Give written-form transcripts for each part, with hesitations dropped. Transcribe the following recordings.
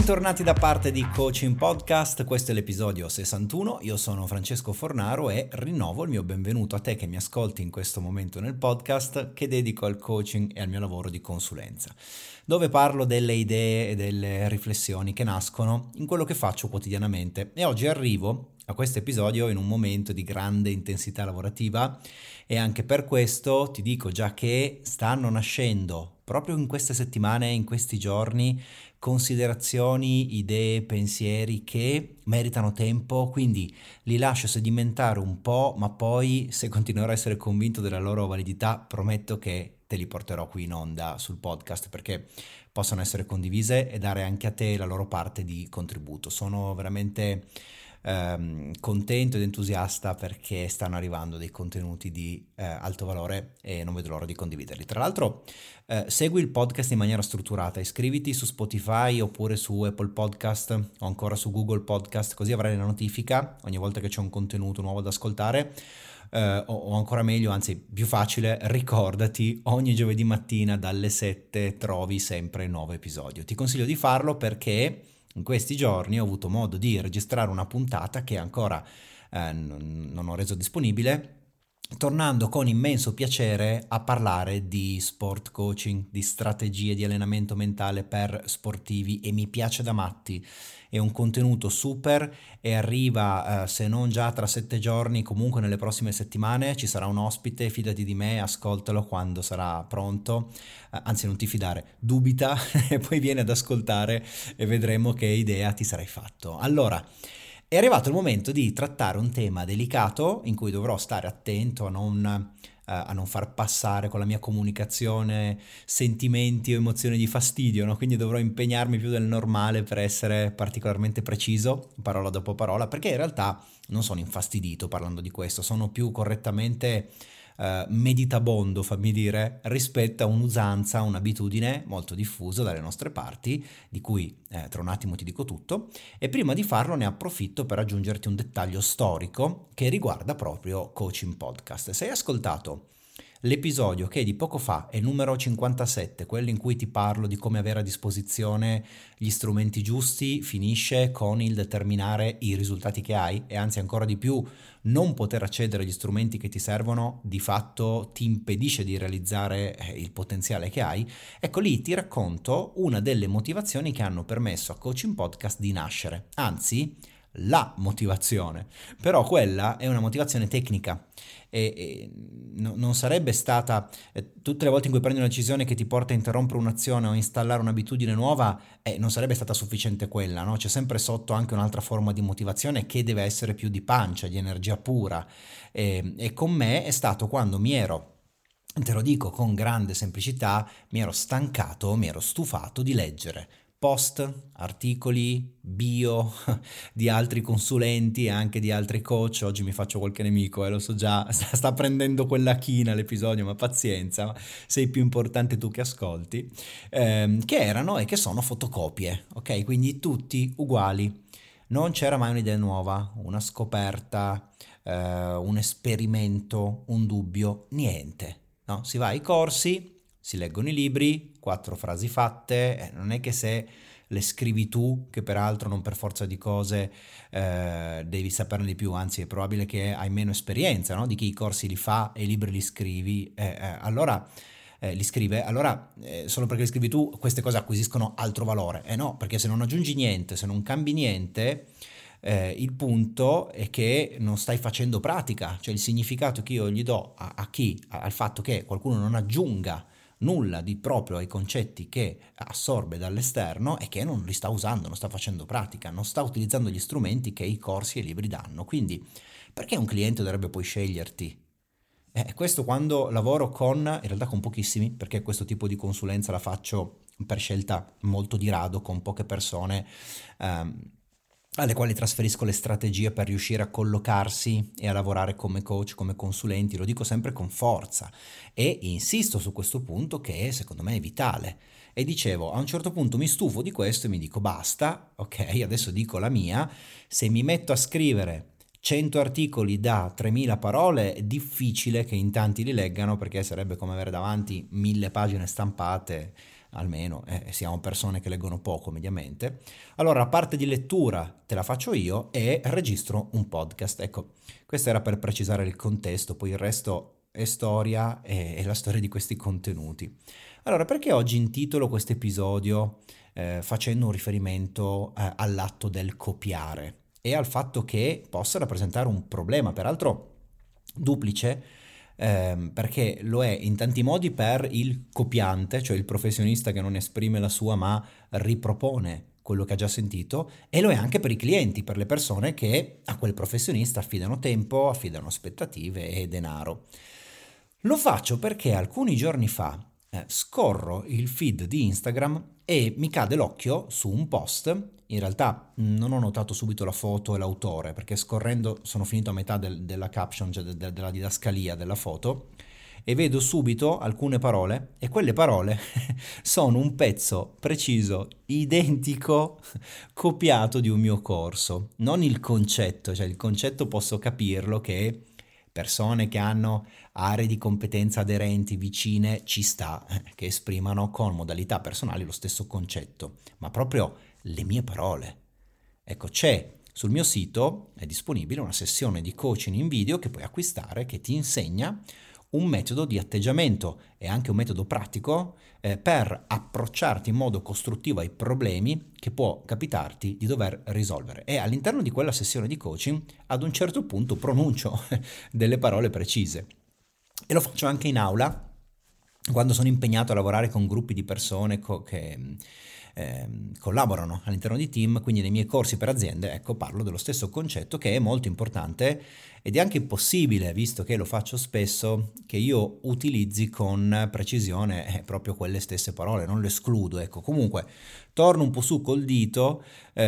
Bentornati da parte di Coaching Podcast, questo è l'episodio 61, io sono Francesco Fornaro e rinnovo il mio benvenuto a te che mi ascolti in questo momento nel podcast che dedico al coaching e al mio lavoro di consulenza, dove parlo delle idee e delle riflessioni che nascono in quello che faccio quotidianamente. E oggi arrivo a questo episodio in un momento di grande intensità lavorativa e anche per questo ti dico già che stanno nascendo proprio in queste settimane, in questi giorni, considerazioni, idee, pensieri che meritano tempo, quindi li lascio sedimentare un po', ma poi se continuerò a essere convinto della loro validità, prometto che te li porterò qui in onda sul podcast perché possono essere condivise e dare anche a te la loro parte di contributo. Sono veramente contento ed entusiasta perché stanno arrivando dei contenuti di alto valore e non vedo l'ora di condividerli. Tra l'altro segui il podcast in maniera strutturata, iscriviti su Spotify oppure su Apple Podcast o ancora su Google Podcast, così avrai la notifica ogni volta che c'è un contenuto nuovo da ascoltare. O ancora meglio, anzi più facile, ricordati, ogni giovedì mattina dalle 7 trovi sempre il nuovo episodio. Ti consiglio di farlo perché in questi giorni ho avuto modo di registrare una puntata che ancora non ho reso disponibile, tornando con immenso piacere a parlare di sport coaching, di strategie di allenamento mentale per sportivi e mi piace da matti. È un contenuto super e arriva, se non già tra 7 giorni, comunque nelle prossime settimane ci sarà un ospite, fidati di me, ascoltalo quando sarà pronto, anzi non ti fidare, dubita e poi vieni ad ascoltare e vedremo che idea ti sarai fatto. Allora, è arrivato il momento di trattare un tema delicato in cui dovrò stare attento a non far passare con la mia comunicazione sentimenti o emozioni di fastidio, no? Quindi dovrò impegnarmi più del normale per essere particolarmente preciso, parola dopo parola, perché in realtà non sono infastidito parlando di questo, sono più correttamente meditabondo, fammi dire, rispetto a un'usanza, un'abitudine molto diffusa dalle nostre parti, di cui tra un attimo ti dico tutto, e prima di farlo ne approfitto per aggiungerti un dettaglio storico che riguarda proprio Coaching Podcast. Se hai ascoltato l'episodio che di poco fa è il numero 57, quello in cui ti parlo di come avere a disposizione gli strumenti giusti, finisce con il determinare i risultati che hai e anzi ancora di più non poter accedere agli strumenti che ti servono di fatto ti impedisce di realizzare il potenziale che hai. Ecco, lì ti racconto una delle motivazioni che hanno permesso a Coaching Podcast di nascere, anzi la motivazione, però quella è una motivazione tecnica e non sarebbe stata tutte le volte in cui prendi una decisione che ti porta a interrompere un'azione o installare un'abitudine nuova, non sarebbe stata sufficiente quella, no? C'è sempre sotto anche un'altra forma di motivazione che deve essere più di pancia, di energia pura e con me è stato quando mi ero, te lo dico con grande semplicità, mi ero stancato, mi ero stufato di leggere post, articoli, bio di altri consulenti e anche di altri coach. Oggi mi faccio qualche nemico, lo so già, sta prendendo quella china l'episodio, ma pazienza, sei più importante tu che ascolti, che erano e che sono fotocopie, ok? Quindi tutti uguali. Non c'era mai un'idea nuova, una scoperta, un esperimento, un dubbio, niente. No, si va ai corsi, si leggono i libri, 4 frasi fatte, non è che se le scrivi tu, che peraltro non per forza di cose devi saperne di più, anzi è probabile che hai meno esperienza, no? Di chi i corsi li fa e i libri li scrivi, allora li scrive, allora solo perché li scrivi tu queste cose acquisiscono altro valore, no, perché se non aggiungi niente, se non cambi niente, il punto è che non stai facendo pratica, cioè il significato che io gli do al fatto che qualcuno non aggiunga nulla di proprio ai concetti che assorbe dall'esterno è che non li sta usando, non sta facendo pratica, non sta utilizzando gli strumenti che i corsi e i libri danno. Quindi perché un cliente dovrebbe poi sceglierti? Questo quando lavoro in realtà con pochissimi, perché questo tipo di consulenza la faccio per scelta molto di rado, con poche persone, ehm, alle quali trasferisco le strategie per riuscire a collocarsi e a lavorare come coach, come consulenti, lo dico sempre con forza e insisto su questo punto che secondo me è vitale. E dicevo, a un certo punto mi stufo di questo e mi dico basta, ok, adesso dico la mia, se mi metto a scrivere 100 articoli da 3000 parole è difficile che in tanti li leggano perché sarebbe come avere davanti 1000 pagine stampate almeno, siamo persone che leggono poco mediamente. Allora la parte di lettura te la faccio io e registro un podcast. Ecco, questo era per precisare il contesto, poi il resto è storia e la storia di questi contenuti. Allora, perché oggi intitolo questo episodio facendo un riferimento all'atto del copiare e al fatto che possa rappresentare un problema, peraltro duplice, perché lo è in tanti modi per il copiante, cioè il professionista che non esprime la sua ma ripropone quello che ha già sentito, e lo è anche per i clienti, per le persone che a quel professionista affidano tempo, affidano aspettative e denaro. Lo faccio perché alcuni giorni fa scorro il feed di Instagram e mi cade l'occhio su un post. In realtà non ho notato subito la foto e l'autore, perché scorrendo sono finito a metà della caption, cioè della didascalia della foto, e vedo subito alcune parole, e quelle parole sono un pezzo preciso, identico, copiato di un mio corso. Non il concetto, cioè il concetto posso capirlo, che persone che hanno aree di competenza aderenti, vicine, ci sta, che esprimano con modalità personali lo stesso concetto, ma proprio le mie parole. Ecco, c'è sul mio sito, è disponibile una sessione di coaching in video che puoi acquistare, che ti insegna un metodo di atteggiamento e anche un metodo pratico per approcciarti in modo costruttivo ai problemi che può capitarti di dover risolvere. E all'interno di quella sessione di coaching, ad un certo punto pronuncio delle parole precise. E lo faccio anche in aula, quando sono impegnato a lavorare con gruppi di persone che collaborano all'interno di team, quindi nei miei corsi per aziende, ecco, parlo dello stesso concetto, che è molto importante ed è anche possibile, visto che lo faccio spesso, che io utilizzi con precisione proprio quelle stesse parole, non le escludo, ecco. Comunque torno un po' su col dito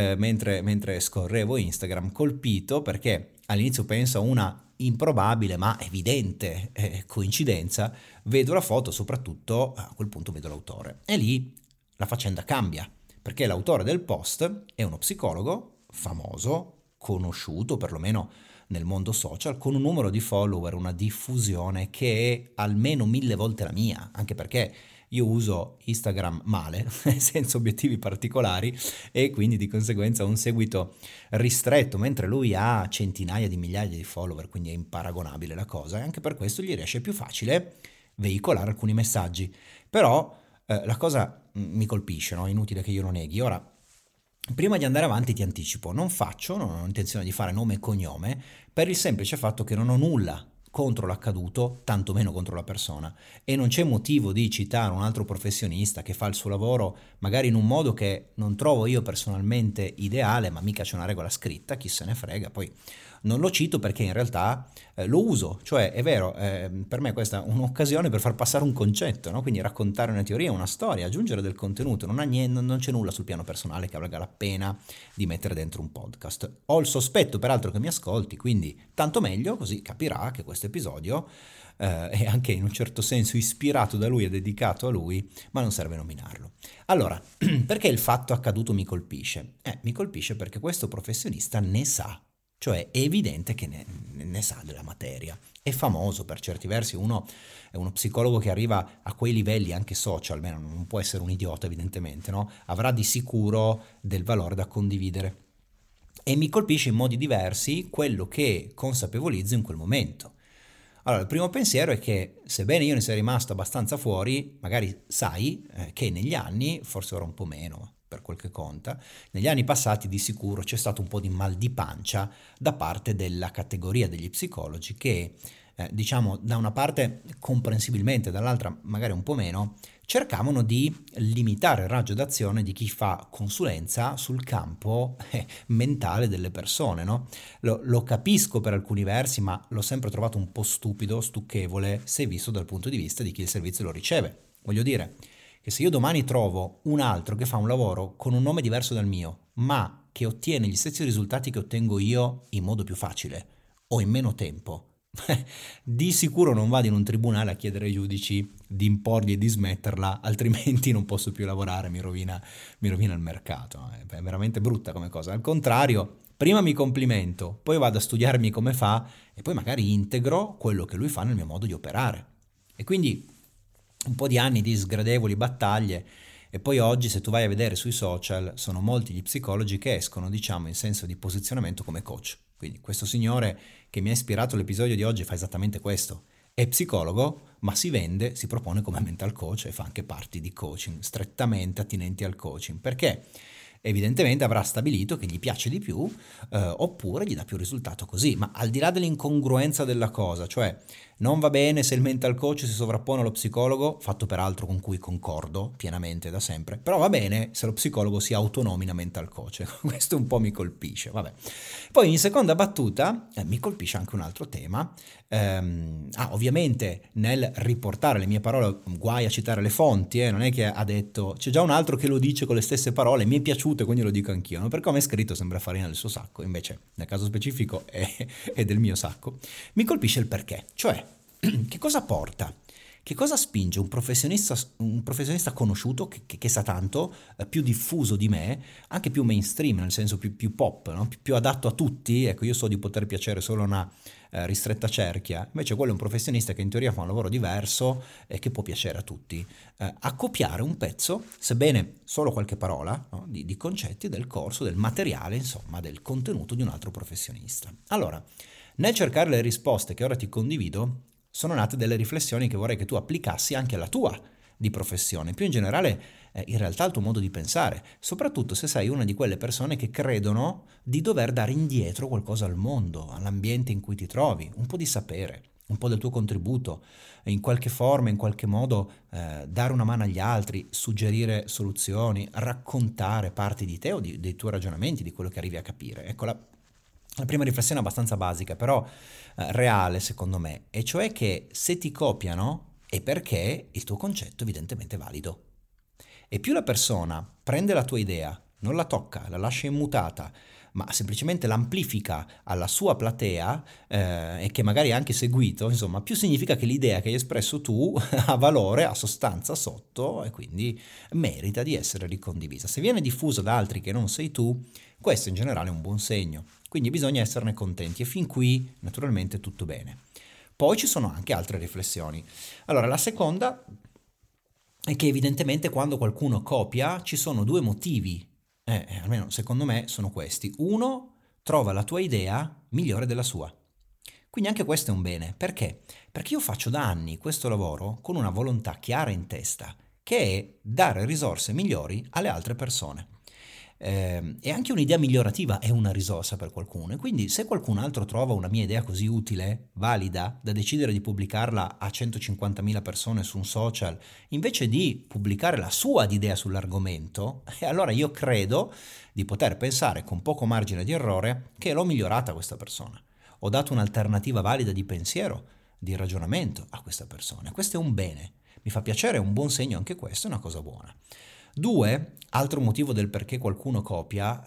mentre scorrevo Instagram, colpito perché all'inizio penso a una improbabile ma evidente coincidenza, vedo la foto, soprattutto a quel punto vedo l'autore e lì la faccenda cambia, perché l'autore del post è uno psicologo famoso, conosciuto perlomeno nel mondo social, con un numero di follower, una diffusione che è almeno 1000 volte la mia, anche perché io uso Instagram male, senza obiettivi particolari, e quindi di conseguenza ho un seguito ristretto, mentre lui ha centinaia di migliaia di follower, quindi è imparagonabile la cosa, e anche per questo gli riesce più facile veicolare alcuni messaggi. Però la cosa mi colpisce, no? È inutile che io lo neghi. Ora, prima di andare avanti ti anticipo, non ho intenzione di fare nome e cognome, per il semplice fatto che non ho nulla contro l'accaduto, tantomeno contro la persona, e non c'è motivo di citare un altro professionista che fa il suo lavoro magari in un modo che non trovo io personalmente ideale, ma mica c'è una regola scritta, chi se ne frega. Poi non lo cito perché in realtà lo uso, cioè è vero, per me questa è un'occasione per far passare un concetto, no? Quindi raccontare una teoria, una storia, aggiungere del contenuto, non c'è nulla sul piano personale che valga la pena di mettere dentro un podcast. Ho il sospetto peraltro che mi ascolti, quindi tanto meglio, così capirà che questo episodio è anche in un certo senso ispirato da lui e dedicato a lui, ma non serve nominarlo. Allora, perché il fatto accaduto mi colpisce? Mi colpisce perché questo professionista ne sa, cioè è evidente che ne sa della materia. È famoso per certi versi, è uno psicologo che arriva a quei livelli anche social, almeno non può essere un idiota evidentemente, no? Avrà di sicuro del valore da condividere. E mi colpisce in modi diversi quello che consapevolizzo in quel momento. Allora, il primo pensiero è che, sebbene io ne sia rimasto abbastanza fuori, magari sai che negli anni, forse ora un po' meno, per quel che conta, negli anni passati di sicuro c'è stato un po' di mal di pancia da parte della categoria degli psicologi che, diciamo, da una parte comprensibilmente, dall'altra magari un po' meno, cercavano di limitare il raggio d'azione di chi fa consulenza sul campo mentale delle persone, no? Lo capisco per alcuni versi, ma l'ho sempre trovato un po' stupido, stucchevole, se visto dal punto di vista di chi il servizio lo riceve. Voglio dire che se io domani trovo un altro che fa un lavoro con un nome diverso dal mio, ma che ottiene gli stessi risultati che ottengo io in modo più facile o in meno tempo, di sicuro non vado in un tribunale a chiedere ai giudici di imporgli e di smetterla, altrimenti non posso più lavorare, mi rovina il mercato. È veramente brutta come cosa. Al contrario, prima mi complimento, poi vado a studiarmi come fa e poi magari integro quello che lui fa nel mio modo di operare. E quindi un po' di anni di sgradevoli battaglie E poi oggi, se tu vai a vedere sui social, sono molti gli psicologi che escono, diciamo, in senso di posizionamento come coach. Quindi questo signore che mi ha ispirato l'episodio di oggi fa esattamente questo. È psicologo, ma si vende, si propone come mental coach e fa anche parti di coaching strettamente attinenti al coaching. Perché? Evidentemente avrà stabilito che gli piace di più, oppure gli dà più risultato così. Ma al di là dell'incongruenza della cosa, cioè non va bene se il mental coach si sovrappone allo psicologo, fatto peraltro con cui concordo pienamente da sempre, però va bene se lo psicologo si autonomina mental coach. Questo un po' mi colpisce, vabbè. Poi in seconda battuta mi colpisce anche un altro tema. Ovviamente nel riportare le mie parole, guai a citare le fonti, non è che ha detto, c'è già un altro che lo dice con le stesse parole, mi è piaciuto e quindi lo dico anch'io, no? Per come è scritto sembra farina del suo sacco, invece nel caso specifico è del mio sacco. Mi colpisce il perché, cioè che cosa porta? Che cosa spinge un professionista conosciuto che sa tanto, più diffuso di me, anche più mainstream, nel senso più pop, no? Più adatto a tutti? Ecco, io so di poter piacere solo a una ristretta cerchia, invece quello è un professionista che in teoria fa un lavoro diverso e che può piacere a tutti. A copiare un pezzo, sebbene solo qualche parola, no? di concetti del corso, del materiale, insomma, del contenuto di un altro professionista. Allora, nel cercare le risposte che ora ti condivido, sono nate delle riflessioni che vorrei che tu applicassi anche alla tua di professione, più in generale in realtà al tuo modo di pensare, soprattutto se sei una di quelle persone che credono di dover dare indietro qualcosa al mondo, all'ambiente in cui ti trovi, un po' di sapere, un po' del tuo contributo, in qualche forma, in qualche modo dare una mano agli altri, suggerire soluzioni, raccontare parti di te o dei tuoi ragionamenti, di quello che arrivi a capire. Ecco, la prima riflessione è abbastanza basica, però reale secondo me, e cioè che se ti copiano è perché il tuo concetto evidentemente è valido. E più la persona prende la tua idea, non la tocca, la lascia immutata, ma semplicemente l'amplifica alla sua platea e che magari ha anche seguito, insomma, più significa che l'idea che hai espresso tu ha valore, ha sostanza sotto e quindi merita di essere ricondivisa. Se viene diffusa da altri che non sei tu, questo in generale è un buon segno. Quindi bisogna esserne contenti e fin qui naturalmente tutto bene. Poi ci sono anche altre riflessioni. Allora, la seconda è che evidentemente quando qualcuno copia ci sono due motivi, almeno secondo me sono questi. Uno, trova la tua idea migliore della sua. Quindi anche questo è un bene. Perché? Perché io faccio da anni questo lavoro con una volontà chiara in testa, che è dare risorse migliori alle altre persone. E anche un'idea migliorativa è una risorsa per qualcuno e quindi se qualcun altro trova una mia idea così utile, valida, da decidere di pubblicarla a 150.000 persone su un social, invece di pubblicare la sua idea sull'argomento, e allora io credo di poter pensare con poco margine di errore che l'ho migliorata a questa persona. Ho dato un'alternativa valida di pensiero, di ragionamento a questa persona. Questo è un bene. Mi fa piacere, è un buon segno anche questo, è una cosa buona. Due, altro motivo del perché qualcuno copia,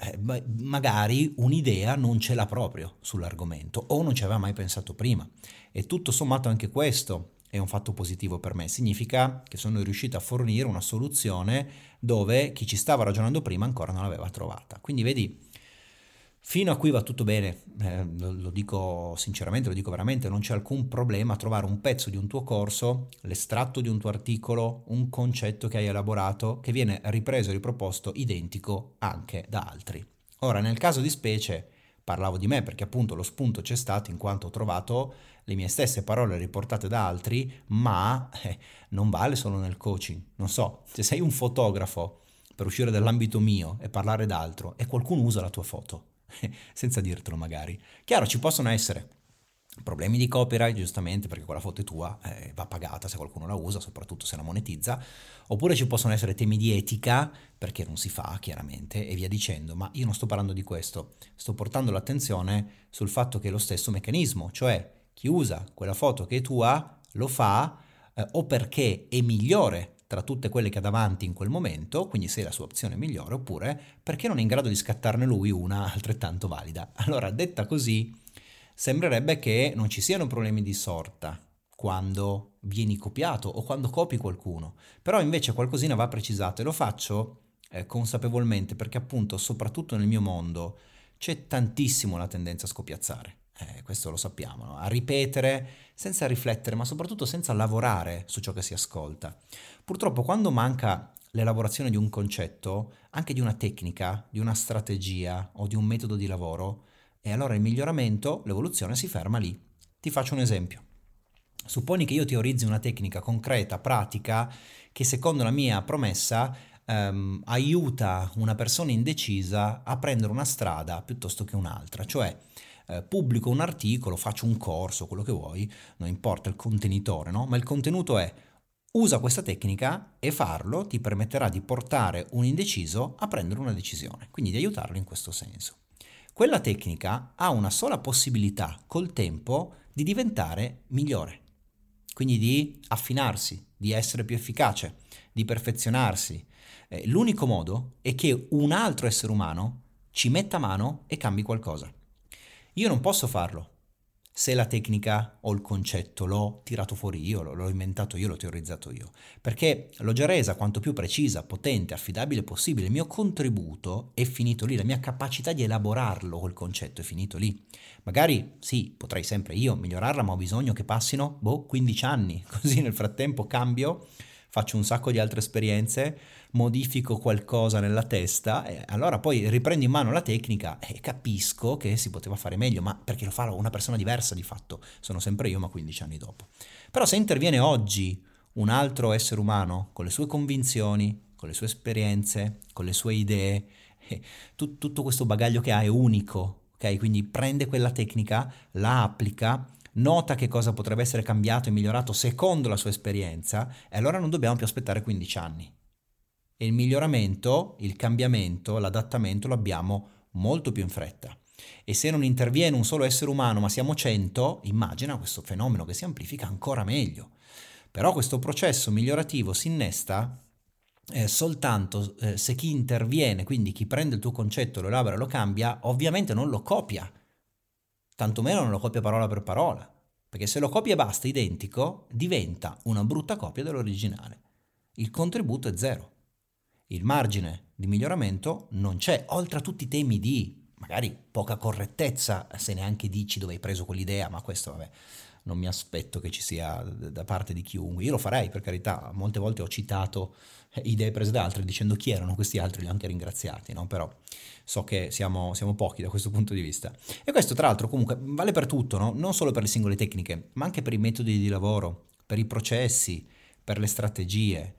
magari un'idea non ce l'ha proprio sull'argomento o non ci aveva mai pensato prima. E tutto sommato anche questo è un fatto positivo per me, significa che sono riuscito a fornire una soluzione dove chi ci stava ragionando prima ancora non l'aveva trovata. Quindi vedi, fino a qui va tutto bene, lo dico sinceramente, lo dico veramente, non c'è alcun problema a trovare un pezzo di un tuo corso, l'estratto di un tuo articolo, un concetto che hai elaborato che viene ripreso e riproposto identico anche da altri. Ora, nel caso di specie, parlavo di me perché appunto lo spunto c'è stato in quanto ho trovato le mie stesse parole riportate da altri, ma non vale solo nel coaching. Non so, se sei un fotografo per uscire dall'ambito mio e parlare d'altro e qualcuno usa la tua foto, senza dirtelo magari. Chiaro, ci possono essere problemi di copyright, giustamente, perché quella foto è tua, va pagata se qualcuno la usa, soprattutto se la monetizza, oppure ci possono essere temi di etica, perché non si fa, chiaramente, e via dicendo, ma io non sto parlando di questo, sto portando l'attenzione sul fatto che è lo stesso meccanismo, cioè chi usa quella foto che è tua lo fa o perché è migliore tra tutte quelle che ha davanti in quel momento, quindi sei la sua opzione migliore, oppure perché non è in grado di scattarne lui una altrettanto valida. Allora, detta così, sembrerebbe che non ci siano problemi di sorta quando vieni copiato o quando copi qualcuno, però invece qualcosina va precisato e lo faccio consapevolmente perché appunto, soprattutto nel mio mondo, c'è tantissimo la tendenza a scopiazzare. Questo lo sappiamo, no? A ripetere senza riflettere, ma soprattutto senza lavorare su ciò che si ascolta. Purtroppo quando manca l'elaborazione di un concetto, anche di una tecnica, di una strategia o di un metodo di lavoro, e allora il miglioramento, l'evoluzione si ferma lì. Ti faccio un esempio. Supponi che io teorizzi una tecnica concreta, pratica, che secondo la mia promessa aiuta una persona indecisa a prendere una strada piuttosto che un'altra, cioè pubblico un articolo, faccio un corso, quello che vuoi, non importa il contenitore, no? Ma il contenuto è: usa questa tecnica e farlo ti permetterà di portare un indeciso a prendere una decisione, quindi di aiutarlo in questo senso. Quella tecnica ha una sola possibilità col tempo di diventare migliore, quindi di affinarsi, di essere più efficace, di perfezionarsi. L'unico modo è che un altro essere umano ci metta mano e cambi qualcosa. Io non posso farlo se la tecnica o il concetto l'ho tirato fuori io, l'ho inventato io, l'ho teorizzato io, perché l'ho già resa quanto più precisa, potente, affidabile possibile. Il mio contributo è finito lì, la mia capacità di elaborarlo quel concetto è finito lì. Magari sì, potrei sempre io migliorarla, ma ho bisogno che passino 15 anni, così nel frattempo cambio, faccio un sacco di altre esperienze, modifico qualcosa nella testa e allora poi riprendo in mano la tecnica e capisco che si poteva fare meglio, ma perché lo fa una persona diversa di fatto, sono sempre io ma 15 anni dopo. Però se interviene oggi un altro essere umano con le sue convinzioni, con le sue esperienze, con le sue idee, tutto questo bagaglio che ha è unico, ok? Quindi prende quella tecnica, la applica, nota che cosa potrebbe essere cambiato e migliorato secondo la sua esperienza e allora non dobbiamo più aspettare 15 anni. E il miglioramento, il cambiamento, l'adattamento lo abbiamo molto più in fretta. E se non interviene un solo essere umano, ma siamo 100, immagina questo fenomeno che si amplifica ancora meglio. Però questo processo migliorativo si innesta soltanto se chi interviene, quindi chi prende il tuo concetto, lo elabora e lo cambia, ovviamente non lo copia, tantomeno non lo copia parola per parola, perché se lo copia e basta identico, diventa una brutta copia dell'originale. Il contributo è zero. Il margine di miglioramento non c'è, oltre a tutti i temi di magari poca correttezza, se neanche dici dove hai preso quell'idea, ma questo vabbè, non mi aspetto che ci sia da parte di chiunque. Io lo farei, per carità, molte volte ho citato idee prese da altri dicendo chi erano questi altri, li ho anche ringraziati, no? Però so che siamo pochi da questo punto di vista. E questo tra l'altro comunque vale per tutto, no? Non solo per le singole tecniche, ma anche per i metodi di lavoro, per i processi, per le strategie.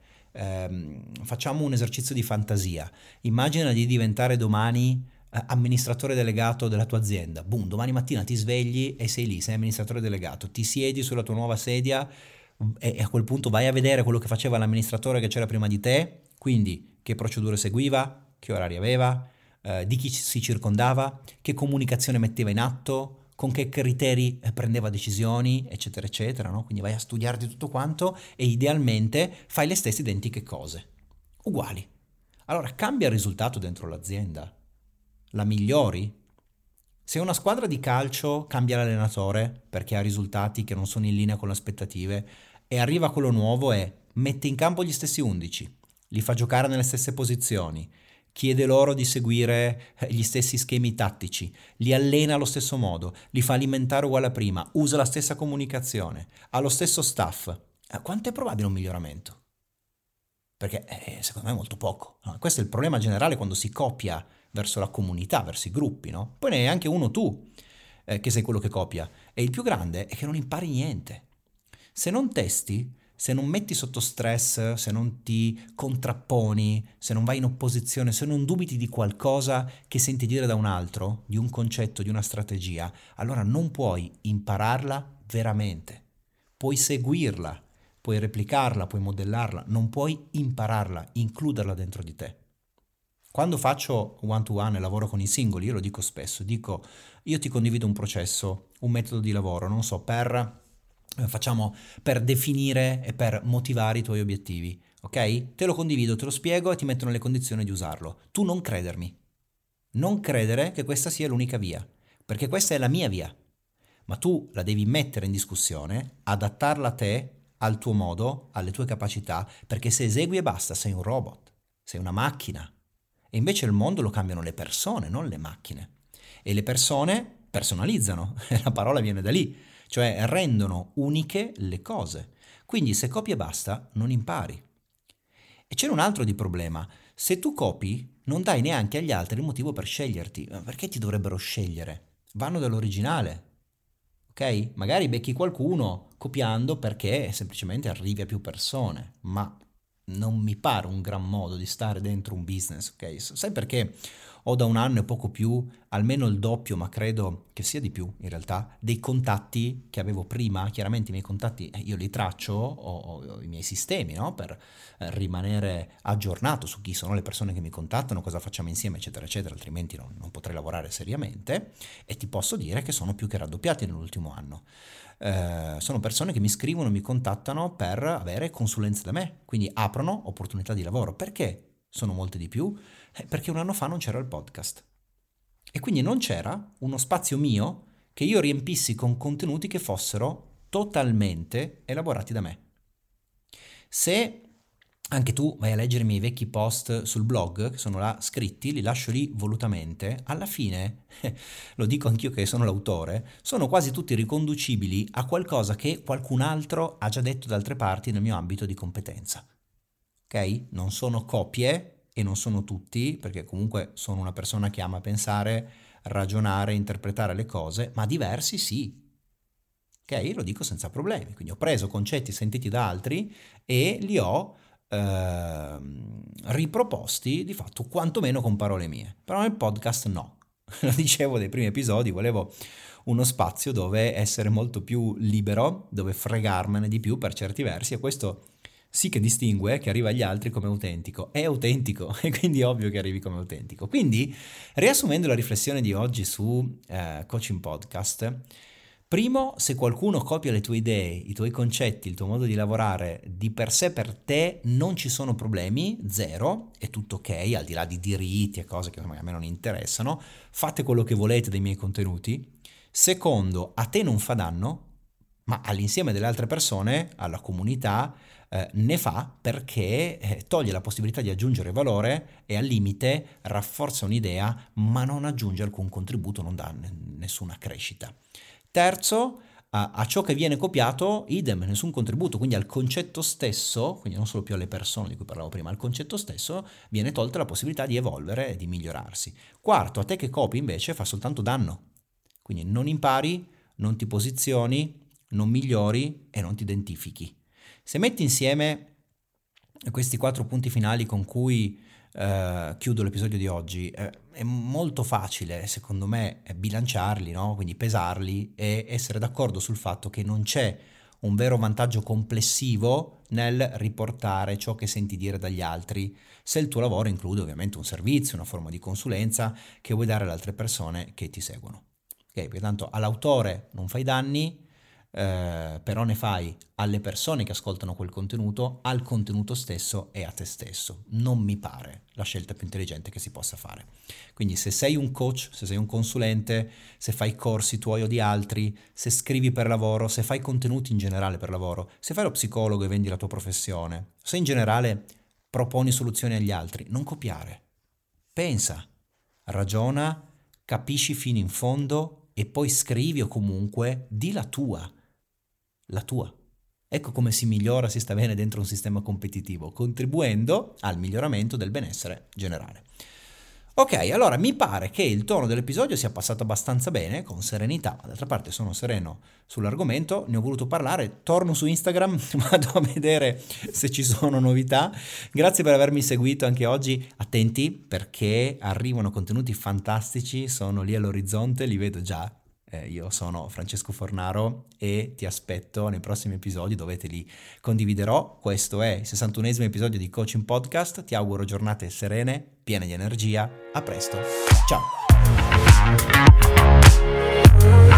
Facciamo un esercizio di fantasia. Immagina di diventare domani amministratore delegato della tua azienda. Boom, domani mattina ti svegli e sei lì, sei amministratore delegato, ti siedi sulla tua nuova sedia e a quel punto vai a vedere quello che faceva l'amministratore che c'era prima di te, quindi che procedure seguiva, che orari aveva, di chi si circondava, che comunicazione metteva in atto, con che criteri prendeva decisioni, eccetera, eccetera, no? Quindi vai a studiarti tutto quanto e idealmente fai le stesse identiche cose, uguali. Allora cambia il risultato dentro l'azienda, la migliori. Se una squadra di calcio cambia l'allenatore perché ha risultati che non sono in linea con le aspettative e arriva quello nuovo e mette in campo gli stessi 11, li fa giocare nelle stesse posizioni, chiede loro di seguire gli stessi schemi tattici, li allena allo stesso modo, li fa alimentare uguale a prima, usa la stessa comunicazione, ha lo stesso staff, quanto è probabile un miglioramento? Perché secondo me è molto poco, no? Questo è il problema generale quando si copia verso la comunità, verso i gruppi, no? Poi ne hai anche uno tu, che sei quello che copia. E il più grande è che non impari niente. Se non testi, se non metti sotto stress, se non ti contrapponi, se non vai in opposizione, se non dubiti di qualcosa che senti dire da un altro, di un concetto, di una strategia, allora non puoi impararla veramente. Puoi seguirla, puoi replicarla, puoi modellarla, non puoi impararla, includerla dentro di te. Quando faccio one to one e lavoro con i singoli, io lo dico spesso, dico io ti condivido un processo, un metodo di lavoro, non so, facciamo per definire e per motivare i tuoi obiettivi, ok? Te lo condivido, te lo spiego e ti metto nelle condizioni di usarlo. Tu non credermi, non credere che questa sia l'unica via, perché questa è la mia via, ma tu la devi mettere in discussione, adattarla a te, al tuo modo, alle tue capacità, perché se esegui e basta sei un robot, sei una macchina. E invece il mondo lo cambiano le persone, non le macchine. E le persone personalizzano, la parola viene da lì, cioè rendono uniche le cose. Quindi se copi e basta non impari. E c'è un altro di problema. Se tu copi, non dai neanche agli altri il motivo per sceglierti. Ma perché ti dovrebbero scegliere? Vanno dall'originale, ok? Magari becchi qualcuno copiando perché semplicemente arrivi a più persone, ma non mi pare un gran modo di stare dentro un business, ok? Sai perché ho da un anno e poco più, almeno il doppio, ma credo che sia di più in realtà, dei contatti che avevo prima. Chiaramente i miei contatti io li traccio, ho i miei sistemi, no? Per rimanere aggiornato su chi sono le persone che mi contattano, cosa facciamo insieme, eccetera, eccetera, altrimenti non potrei lavorare seriamente. E ti posso dire che sono più che raddoppiati nell'ultimo anno. Sono persone che mi scrivono, mi contattano per avere consulenze da me, quindi aprono opportunità di lavoro. Perché sono molte di più? Perché un anno fa non c'era il podcast e quindi non c'era uno spazio mio che io riempissi con contenuti che fossero totalmente elaborati da me. Se anche tu vai a leggere i miei vecchi post sul blog, che sono là scritti, li lascio lì volutamente, alla fine, lo dico anch'io che sono l'autore, sono quasi tutti riconducibili a qualcosa che qualcun altro ha già detto da altre parti nel mio ambito di competenza. Ok? Non sono copie e non sono tutti, perché comunque sono una persona che ama pensare, ragionare, interpretare le cose, ma diversi sì. Ok? Lo dico senza problemi. Quindi ho preso concetti sentiti da altri e li ho riproposti di fatto quantomeno con parole mie. Però nel podcast no. Lo dicevo nei primi episodi, volevo uno spazio dove essere molto più libero, dove fregarmene di più per certi versi, e questo sì che distingue che arriva agli altri come autentico. È autentico e quindi è ovvio che arrivi come autentico. Quindi, riassumendo la riflessione di oggi su Coaching Podcast, primo, se qualcuno copia le tue idee, i tuoi concetti, il tuo modo di lavorare, di per sé per te non ci sono problemi, zero, è tutto ok, al di là di diritti e cose che a me non interessano, fate quello che volete dei miei contenuti. Secondo, a te non fa danno, ma all'insieme delle altre persone, alla comunità, ne fa perché toglie la possibilità di aggiungere valore e al limite rafforza un'idea, ma non aggiunge alcun contributo, non dà nessuna crescita. Terzo, a ciò che viene copiato, idem, nessun contributo, quindi al concetto stesso, quindi non solo più alle persone di cui parlavo prima, al concetto stesso viene tolta la possibilità di evolvere e di migliorarsi. Quarto, a te che copi invece fa soltanto danno, quindi non impari, non ti posizioni, non migliori e non ti identifichi. Se metti insieme questi 4 punti finali con cui chiudo l'episodio di oggi, è molto facile secondo me bilanciarli, no? Quindi pesarli e essere d'accordo sul fatto che non c'è un vero vantaggio complessivo nel riportare ciò che senti dire dagli altri, se il tuo lavoro include ovviamente un servizio, una forma di consulenza che vuoi dare alle altre persone che ti seguono. Ok, pertanto all'autore non fai danni, però ne fai alle persone che ascoltano quel contenuto, al contenuto stesso e a te stesso. Non mi pare la scelta più intelligente che si possa fare. Quindi se sei un coach, se sei un consulente, se fai corsi tuoi o di altri, se scrivi per lavoro, se fai contenuti in generale per lavoro, se fai lo psicologo e vendi la tua professione, se in generale proponi soluzioni agli altri, non copiare. Pensa, ragiona, capisci fino in fondo e poi scrivi o comunque di la tua. Ecco come si migliora, si sta bene dentro un sistema competitivo, contribuendo al miglioramento del benessere generale. Ok, allora mi pare che il tono dell'episodio sia passato abbastanza bene, con serenità. D'altra parte sono sereno sull'argomento, ne ho voluto parlare, torno su Instagram, vado a vedere se ci sono novità. Grazie per avermi seguito anche oggi, attenti perché arrivano contenuti fantastici, sono lì all'orizzonte, li vedo già. Io sono Francesco Fornaro e ti aspetto nei prossimi episodi dove te li condividerò. Questo è il 61esimo episodio di Coaching Podcast. Ti auguro giornate serene, piene di energia. A presto. Ciao.